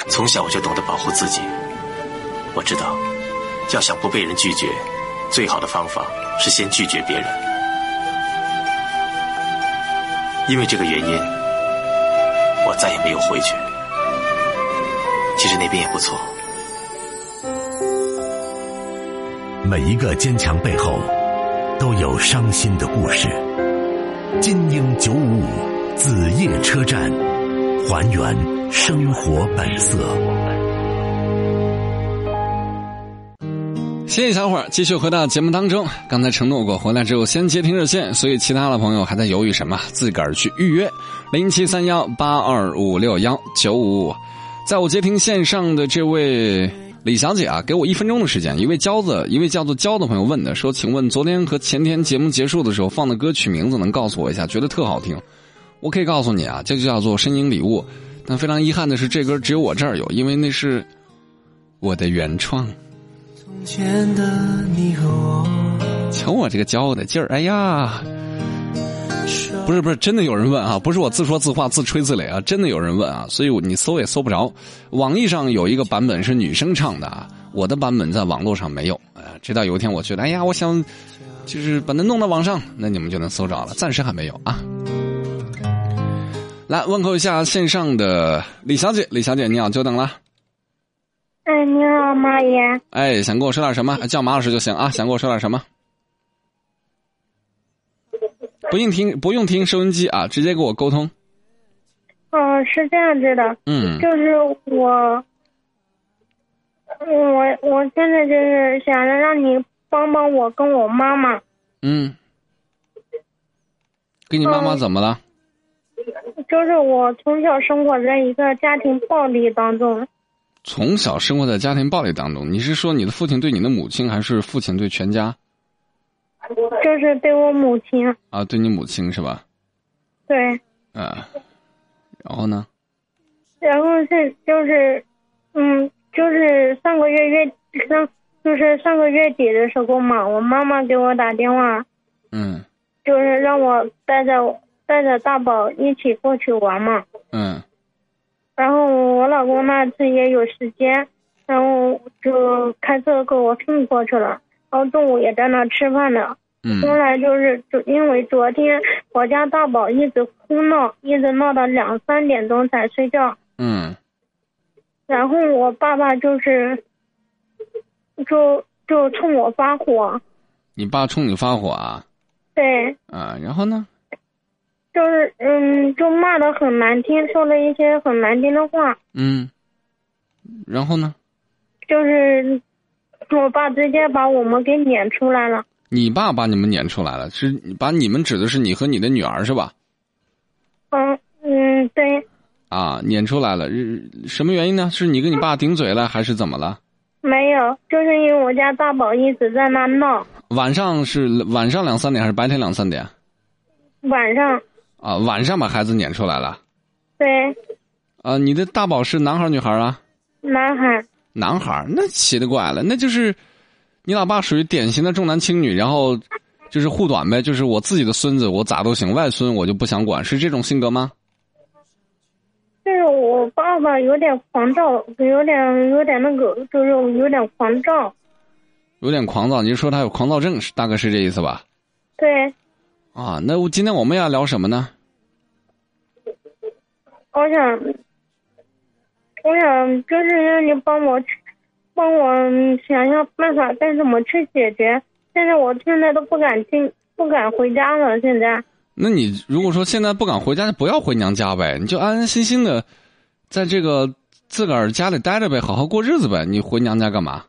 从小我就懂得保护自己。我知道，要想不被人拒绝，最好的方法是先拒绝别人。因为这个原因，我再也没有回去。其实那边也不错。 每一个坚强背后都有伤心的故事。金鹰955子夜车站，还原生活本色。 谢谢小伙儿，继续回到节目当中。刚才承诺过回来之后先接听热线，所以其他的朋友还在犹豫什么，自个儿去预约073182561955。在我接听线上的这位李小姐啊，给我1分钟的时间。一位叫做娇的朋友问的，说请问昨天和前天节目结束的时候放的歌曲名字能告诉我一下，觉得特好听。我可以告诉你啊，这就叫做深影礼物。但非常遗憾的是，这歌只有我这儿有，因为那是我的原创。 从前的你和我， 瞧我这个骄傲的劲儿，哎呀，不是，真的有人问啊，不是我自说自话、自吹自擂啊，真的有人问啊，所以你搜也搜不着。网易上有一个版本是女生唱的啊，我的版本在网络上没有。直到有一天我觉得，哎呀，我想就是把它弄到网上，那你们就能搜着了，暂时还没有啊。来问候一下线上的李小姐，李小姐你好，久等了。 哎，你好，马爷。 哎，想跟我说点什么？叫马老师就行啊。想跟我说点什么？不用听收音机啊，直接跟我沟通。 是这样子的。就是我现在就是想让你帮帮我跟我妈妈。 跟你妈妈怎么了？ 就是我从小生活在一个家庭暴力当中。 从小生活在家庭暴力当中，你是说你的父亲对你的母亲，还是父亲对全家？ 就是对我母亲。 啊，对你母亲是吧？ 对。 然后呢？ 然后就是上个月底的时候嘛，我妈妈给我打电话。就是让我带着大宝一起过去玩嘛。然后我老公那次也有时间，然后就开车给我送过去了。然后中午也在那吃饭呢。后来就因为昨天我家大宝一直哭闹，一直闹到2-3点钟才睡觉。然后我爸爸就冲我发火。 你爸冲你发火啊？ 对。 然后呢？ 就是就骂得很难听，说了一些很难听的话。 然后呢？ 就是我爸直接把我们给撵出来了。 你爸把你们撵出来了，是把你们指的是你和你的女儿是吧？ 对。 撵出来了，什么原因呢？是你跟你爸顶嘴了，还是怎么了？ 没有，就是因为我家大宝一直在那闹。 晚上2-3点还是白天2-3点？ 晚上。 晚上把孩子撵出来了。 对。 你的大宝是男孩女孩啊？ 男孩。 男孩，那奇了怪了，那就是你老爸属于典型的重男轻女，然后就是护短呗，就是我自己的孙子我咋都行，外孙我就不想管，是这种性格吗？ 就是我爸爸有点狂躁，有点那个，就是有点狂躁。 有点狂躁，你是说他有狂躁症，大概是这意思吧？ 对。 那今天我们要聊什么呢？ 我想就是让你帮我想想办法该怎么去解决。现在我现在都不敢回家了。现在。 那你如果说现在不敢回家，就不要回娘家呗，你就安安心心的在这个自个儿家里待着呗，好好过日子呗。你回娘家干嘛？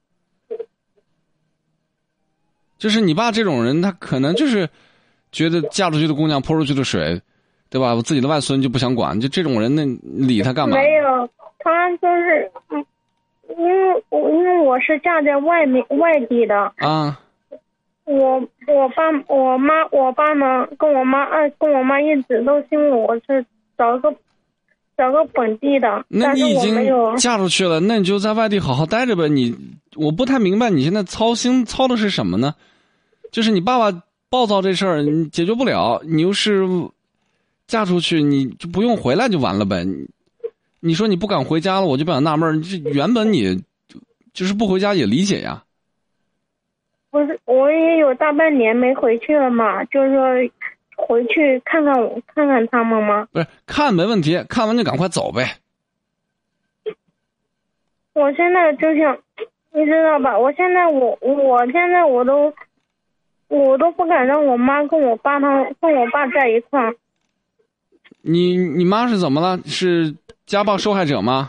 就是你爸这种人，他可能就是觉得嫁出去的姑娘泼出去的水，对吧？我自己的外孙就不想管，就这种人，那理他干嘛？ 没有，他就是因为我是嫁在外地的。我爸呢，跟我妈一直都希望我是找个本地的。 那你已经嫁出去了，那你就在外地好好待着呗。我不太明白你现在操的是什么呢？就是你爸爸暴躁这事儿你解决不了，你又是嫁出去，你就不用回来就完了呗。 你说你不敢回家了，我就比较纳闷，这原本你就是不回家也理解呀。 不是，我也有大半年没回去了嘛，就是说回去看看他们吗？ 不是，看没问题，看完就赶快走呗。 我现在就想，你知道吧？我现在我都不敢让我妈跟我爸在一块儿。 你妈是怎么了？是家暴受害者吗？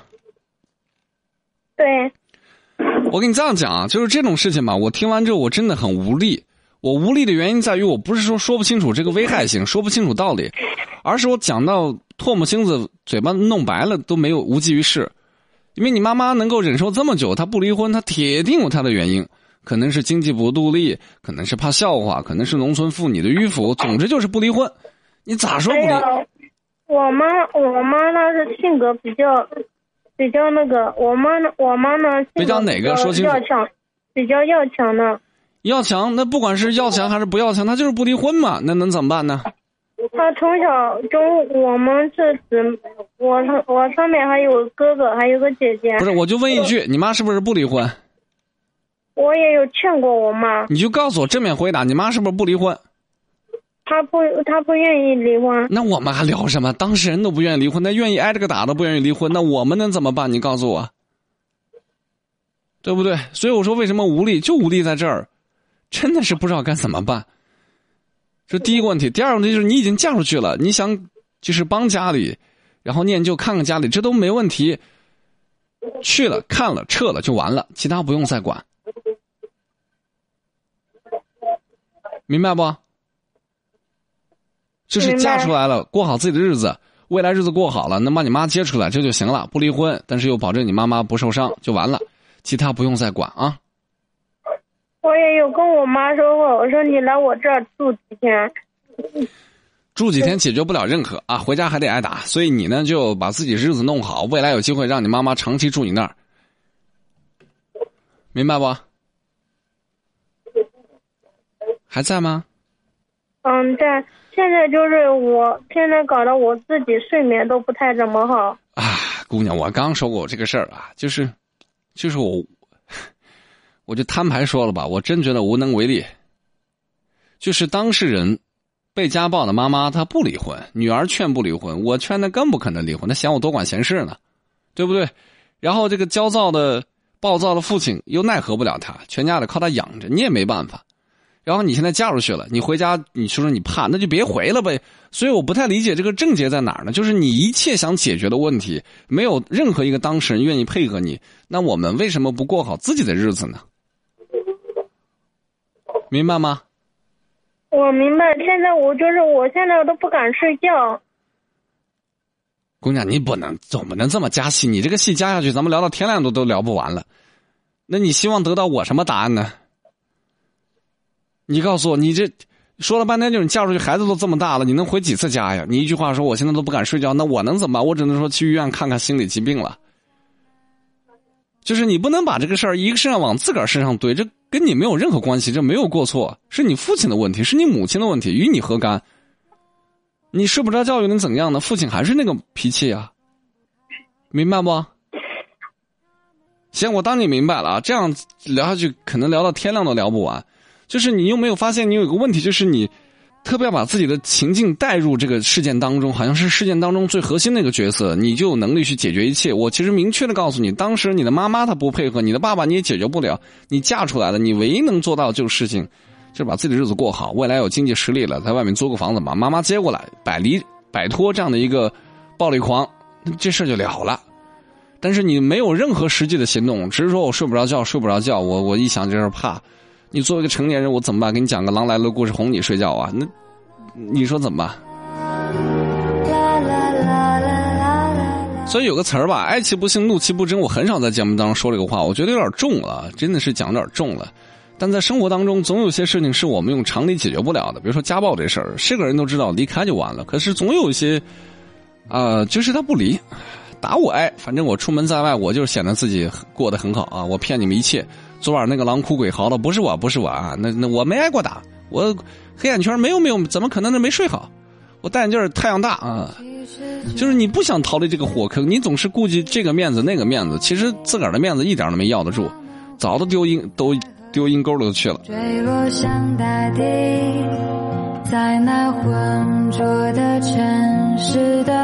对。 我跟你这样讲啊，就是这种事情吧，我听完之后我真的很无力。我无力的原因在于，我不是说不清楚这个危害性，说不清楚道理，而是我讲到唾沫星子，嘴巴弄白了都无济于事。因为你妈妈能够忍受这么久，她不离婚，她铁定有她的原因，可能是经济不独立，可能是怕笑话，可能是农村妇女的迂腐，总之就是不离婚。你咋说不离？ 我妈她是性格比较那个，我妈呢比较哪个说清楚？ 比较要强的。 要强，那不管是要强还是不要强，她就是不离婚嘛，那能怎么办呢？ 她从小就我们是我上面还有哥哥，还有个姐姐。 不是，我就问一句，你妈是不是不离婚？ 我也有劝过我妈。 你就告诉我正面回答，你妈是不是不离婚？ 她不愿意离婚。 那我们还聊什么？当事人都不愿意离婚，那愿意挨这个打都不愿意离婚，那我们能怎么办？你告诉我，对不对？所以我说为什么无力，就无力在这儿，真的是不知道该怎么办。这第一个问题。第二个问题就是你已经嫁出去了，你想就是帮家里，然后念旧看看家里，这都没问题。去了看了撤了就完了，其他不用再管，明白不？就是嫁出来了，过好自己的日子，未来日子过好了，能把你妈接出来，这就行了，不离婚，但是又保证你妈妈不受伤就完了，其他不用再管啊。 我也有跟我妈说过，我说你来我这儿住几天。 住几天解决不了任何啊，回家还得挨打，所以你呢就把自己日子弄好，未来有机会让你妈妈长期住你那儿，明白不？还在吗？ 在。现在就是现在搞得我自己睡眠都不太怎么好啊，姑娘，我刚说过这个事儿啊，就是我就摊牌说了吧，我真觉得无能为力。就是当事人被家暴的妈妈她不离婚，女儿劝不离婚，我劝她更不可能离婚，她嫌我多管闲事呢，对不对？然后这个焦躁的暴躁的父亲又奈何不了她，全家得靠她养着，你也没办法。然后你现在嫁出去了，你回家你说你怕，那就别回了呗。所以我不太理解这个症结在哪儿呢？就是你一切想解决的问题，没有任何一个当事人愿意配合你，那我们为什么不过好自己的日子呢？明白吗？ 我明白，现在我现在都不敢睡觉。 姑娘，你总不能这么加戏，你这个戏加下去，咱们聊到天亮都聊不完了。那你希望得到我什么答案呢？你告诉我，你这说了半天就是你嫁出去，孩子都这么大了，你能回几次家呀？你一句话说我现在都不敢睡觉，那我能怎么办？我只能说去医院看看心理疾病了。就是你不能把这个事儿一个身上往自个儿身上堆，这跟你没有任何关系，这没有过错，是你父亲的问题，是你母亲的问题，与你何干？你睡不着觉又能怎样呢？父亲还是那个脾气啊，明白不？行，我当你明白了啊，这样聊下去可能聊到天亮都聊不完。就是你有没有发现你有一个问题，就是你特别要把自己的情境带入这个事件当中，好像是事件当中最核心的一个角色，你就有能力去解决一切。我其实明确的告诉你，当时你的妈妈她不配合，你的爸爸你也解决不了，你嫁出来了，你唯一能做到就是事情，就是把自己的日子过好，未来有经济实力了，在外面租个房子把妈妈接过来，摆脱这样的一个暴力狂，这事就了了。但是你没有任何实际的行动，只是说我睡不着觉，我一想就是怕。你作为一个成年人，我怎么办？给你讲个狼来了的故事哄你睡觉啊？那你说怎么办？所以有个词儿吧，哀其不幸，怒其不争。我很少在节目当中说这个话，我觉得有点重了，真的是讲点重了。但在生活当中，总有些事情是我们用常理解决不了的，比如说家暴这事儿，是个人都知道，离开就完了。可是总有一些，就是他不离，打我挨，反正我出门在外，我就是显得自己过得很好啊，我骗你们一切。昨晚那个狼哭鬼嚎的不是我啊，那我没挨过打，我黑眼圈没有，怎么可能没睡好？ 我戴眼镜太阳大啊，就是你不想逃离这个火坑，你总是顾及这个面子那个面子，其实自个儿的面子一点都没要得住，早都丢阴沟里头去了。 坠落向大地，在那浑浊的城市的